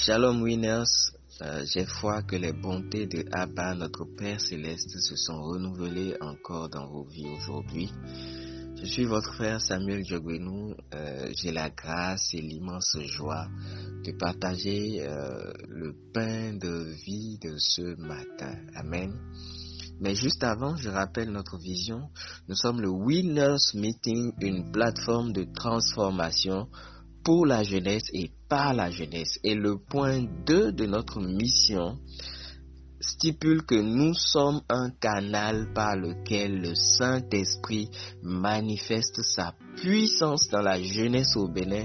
Shalom Winners, j'ai foi que les bontés de Abba, notre Père Céleste, se sont renouvelées encore dans vos vies aujourd'hui. Je suis votre frère Samuel Djogwenou. J'ai la grâce et l'immense joie de partager le pain de vie de ce matin. Amen. Mais juste avant, je rappelle notre vision. Nous sommes le Winners Meeting, une plateforme de transformation pour la jeunesse et par la jeunesse. Et le point 2 de notre mission stipule que nous sommes un canal par lequel le Saint-Esprit manifeste sa puissance dans la jeunesse au Bénin,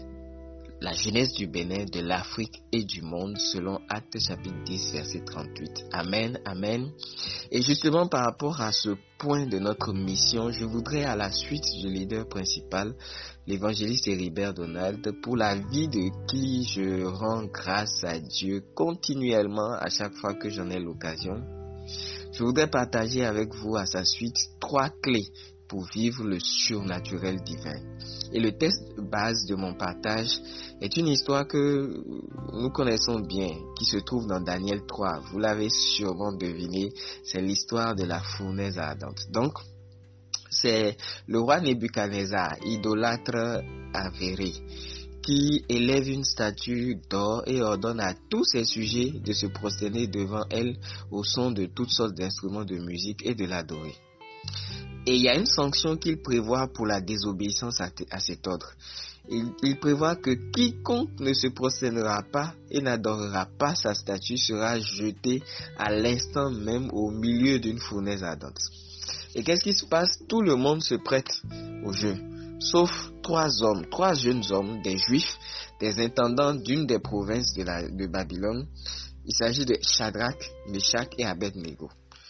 la jeunesse du Bénin, de l'Afrique et du monde, selon Actes chapitre 10, verset 38. Amen, amen. Et justement par rapport à ce point de notre mission, je voudrais à la suite du leader principal, l'évangéliste Héribert Donald, pour la vie de qui je rends grâce à Dieu continuellement à chaque fois que j'en ai l'occasion. Je voudrais partager avec vous à sa suite 3 clés pour vivre le surnaturel divin. Et le texte de base de mon partage est une histoire que nous connaissons bien, qui se trouve dans Daniel 3. Vous l'avez sûrement deviné, c'est l'histoire de la fournaise ardente. Donc, c'est le roi Nebuchadnezzar, idolâtre avéré, qui élève une statue d'or et ordonne à tous ses sujets de se prosterner devant elle au son de toutes sortes d'instruments de musique et de l'adorer. Et il y a une sanction qu'il prévoit pour la désobéissance à cet ordre. Il prévoit que quiconque ne se prosternera pas et n'adorera pas sa statue sera jeté à l'instant même au milieu d'une fournaise ardente. Et qu'est-ce qui se passe? Tout le monde se prête au jeu, sauf 3 jeunes hommes, des Juifs, des intendants d'une des provinces de Babylone. Il s'agit de Shadrach, Meshach et Abed-Nego.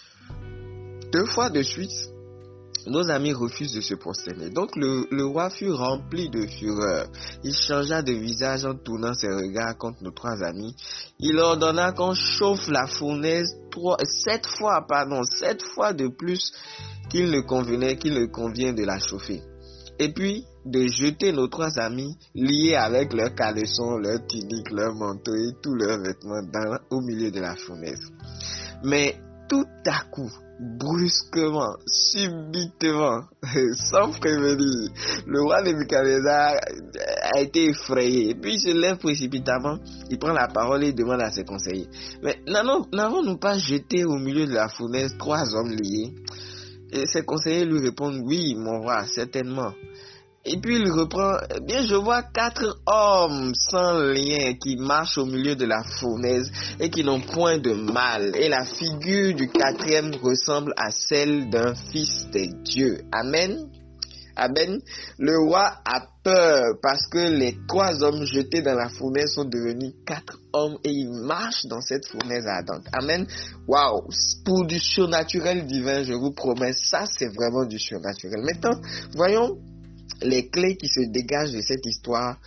2 fois de suite, nos amis refusent de se prosterner. Donc le roi fut rempli de fureur. Il changea de visage en tournant ses regards contre nos 3 amis. Il ordonna qu'on chauffe la fournaise 7 fois de plus qu'il ne convient de la chauffer. Et puis de jeter nos 3 amis liés avec leurs caleçons, leurs tuniques, leurs manteaux et tous leurs vêtements au milieu de la fournaise. Mais tout à coup, brusquement, subitement, sans prévenir, le roi Nebuchadnezzar a été effrayé. Puis il se lève précipitamment, il prend la parole et demande à ses conseillers: mais n'avons-nous pas jeté au milieu de la fournaise 3 hommes liés? Et ses conseillers lui répondent: oui, mon roi, certainement. Et puis il reprend: eh bien, je vois 4 hommes sans lien qui marchent au milieu de la fournaise et qui n'ont point de mal. Et la figure du 4e ressemble à celle d'un fils des dieux. Amen. Amen. Le roi a peur parce que les 3 hommes jetés dans la fournaise sont devenus 4 hommes et ils marchent dans cette fournaise ardente. Amen. Waouh. Pour du surnaturel divin, je vous promets, ça c'est vraiment du surnaturel. Maintenant, voyons les clés qui se dégagent de cette histoire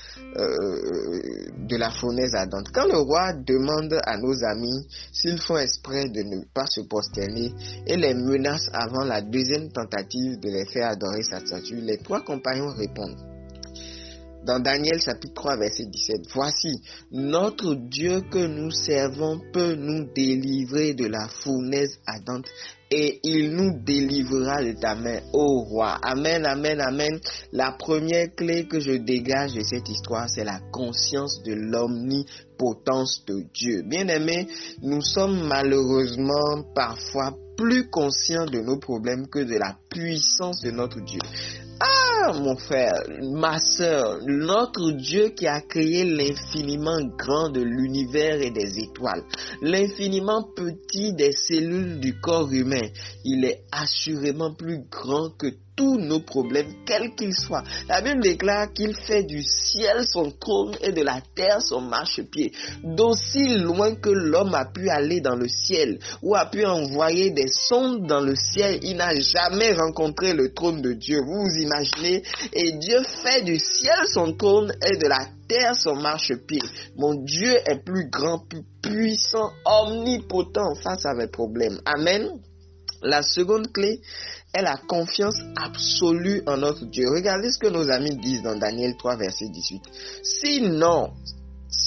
de la fournaise ardente. Quand le roi demande à nos amis s'ils font exprès de ne pas se prosterner et les menace avant la 2e tentative de les faire adorer sa statue, les 3 compagnons répondent. Dans Daniel chapitre 3 verset 17, voici, notre Dieu que nous servons peut nous délivrer de la fournaise ardente et il nous délivrera de ta main, ô roi. Amen, amen, amen. La première clé que je dégage de cette histoire, c'est la conscience de l'omnipotence de Dieu. Bien-aimés, nous sommes malheureusement parfois plus conscients de nos problèmes que de la puissance de notre Dieu. Ah, mon frère, ma sœur, notre Dieu qui a créé l'infiniment grand de l'univers et des étoiles, l'infiniment petit des cellules du corps humain, il est assurément plus grand que tous nos problèmes, quels qu'ils soient. La Bible déclare qu'il fait du ciel son trône et de la terre son marchepied. D'aussi loin que l'homme a pu aller dans le ciel ou a pu envoyer des sondes dans le ciel, il n'a jamais rencontré le trône de Dieu. Vous vous imaginez? Et Dieu fait du ciel son trône et de la terre son marchepied. Mon Dieu est plus grand, plus puissant, omnipotent face à mes problèmes. Amen. La seconde clé est la confiance absolue en notre Dieu. Regardez ce que nos amis disent dans Daniel 3, verset 18.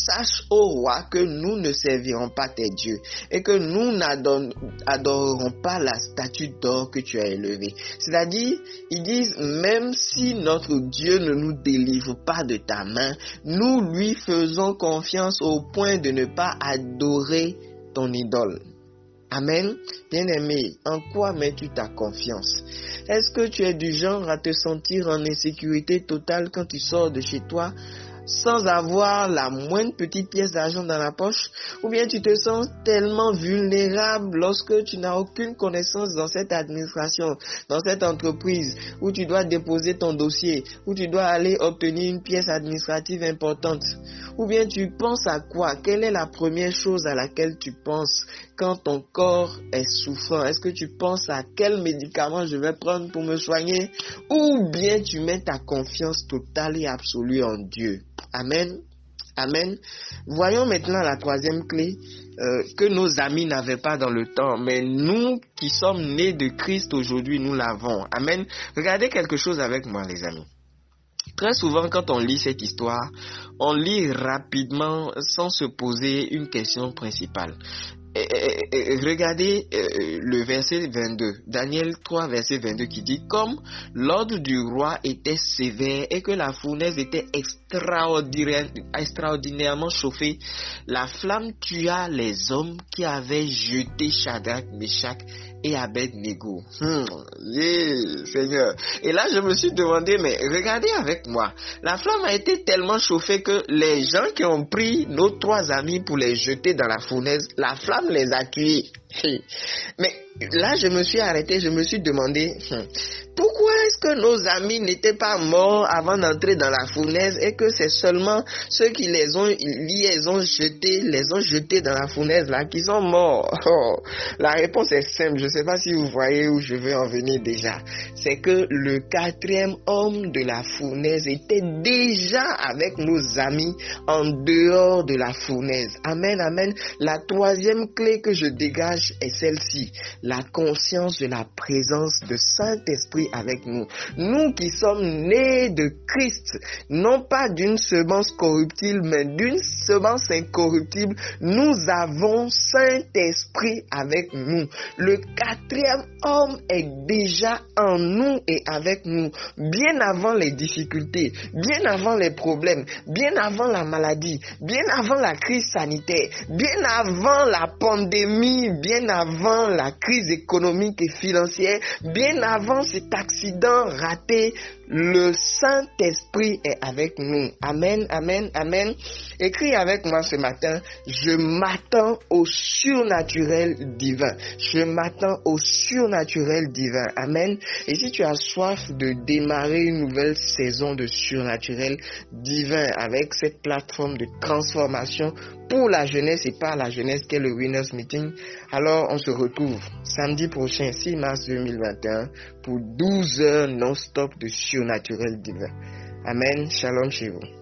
sache, ô roi, que nous ne servirons pas tes dieux et que nous n'adorerons pas la statue d'or que tu as élevée. C'est-à-dire, ils disent, même si notre Dieu ne nous délivre pas de ta main, nous lui faisons confiance au point de ne pas adorer ton idole. Amen. Bien-aimé, en quoi mets-tu ta confiance? Est-ce que tu es du genre à te sentir en insécurité totale quand tu sors de chez toi sans avoir la moindre petite pièce d'argent dans la poche? Ou bien tu te sens tellement vulnérable lorsque tu n'as aucune connaissance dans cette administration, dans cette entreprise où tu dois déposer ton dossier, où tu dois aller obtenir une pièce administrative importante? Ou bien tu penses à quoi? Quelle est la première chose à laquelle tu penses quand ton corps est souffrant? Est-ce que tu penses à quel médicament je vais prendre pour me soigner? Ou bien tu mets ta confiance totale et absolue en Dieu? Amen. Amen. Voyons maintenant la troisième clé que nos amis n'avaient pas dans le temps, mais nous qui sommes nés de Christ aujourd'hui, nous l'avons. Amen. Regardez quelque chose avec moi, les amis. Très souvent, quand on lit cette histoire, on lit rapidement sans se poser une question principale. Regardez le verset 22, Daniel 3 verset 22 qui dit: comme l'ordre du roi était sévère et que la fournaise était extraordinairement chauffée, la flamme tua les hommes qui avaient jeté Shadrach, Meshach et Abed-Nego. Seigneur. Et là, je me suis demandé, mais regardez avec moi, la flamme a été tellement chauffée que les gens qui ont pris nos trois amis pour les jeter dans la fournaise, la flamme les a tués. Mais là, je me suis arrêté, je me suis demandé, pourquoi est-ce que nos amis n'étaient pas morts avant d'entrer dans la fournaise et que c'est seulement ceux qui les ont jetés dans la fournaise là qui sont morts? La réponse est simple, je ne sais pas si vous voyez où je veux en venir déjà. C'est que le quatrième homme de la fournaise était déjà avec nos amis en dehors de la fournaise. Amen, amen. La troisième clé que je dégage est celle-ci: la conscience de la présence de Saint-Esprit avec nous. Nous qui sommes nés de Christ, non pas d'une semence corruptible, mais d'une semence incorruptible, nous avons Saint-Esprit avec nous. Le quatrième homme est déjà en nous et avec nous, bien avant les difficultés, bien avant les problèmes, bien avant la maladie, bien avant la crise sanitaire, bien avant la pandémie, bien avant la crise économique et financière, bien avant cet accident raté. Le Saint-Esprit est avec nous. Amen, amen, amen. Écris avec moi ce matin: je m'attends au surnaturel divin. Je m'attends au surnaturel divin. Amen. Et si tu as soif de démarrer une nouvelle saison de surnaturel divin avec cette plateforme de transformation pour la jeunesse et par la jeunesse qu'est le Winners Meeting, alors on se retrouve samedi prochain, 6 mars 2021, pour 12 heures non-stop de surnaturel divin. Amen. Shalom chez vous.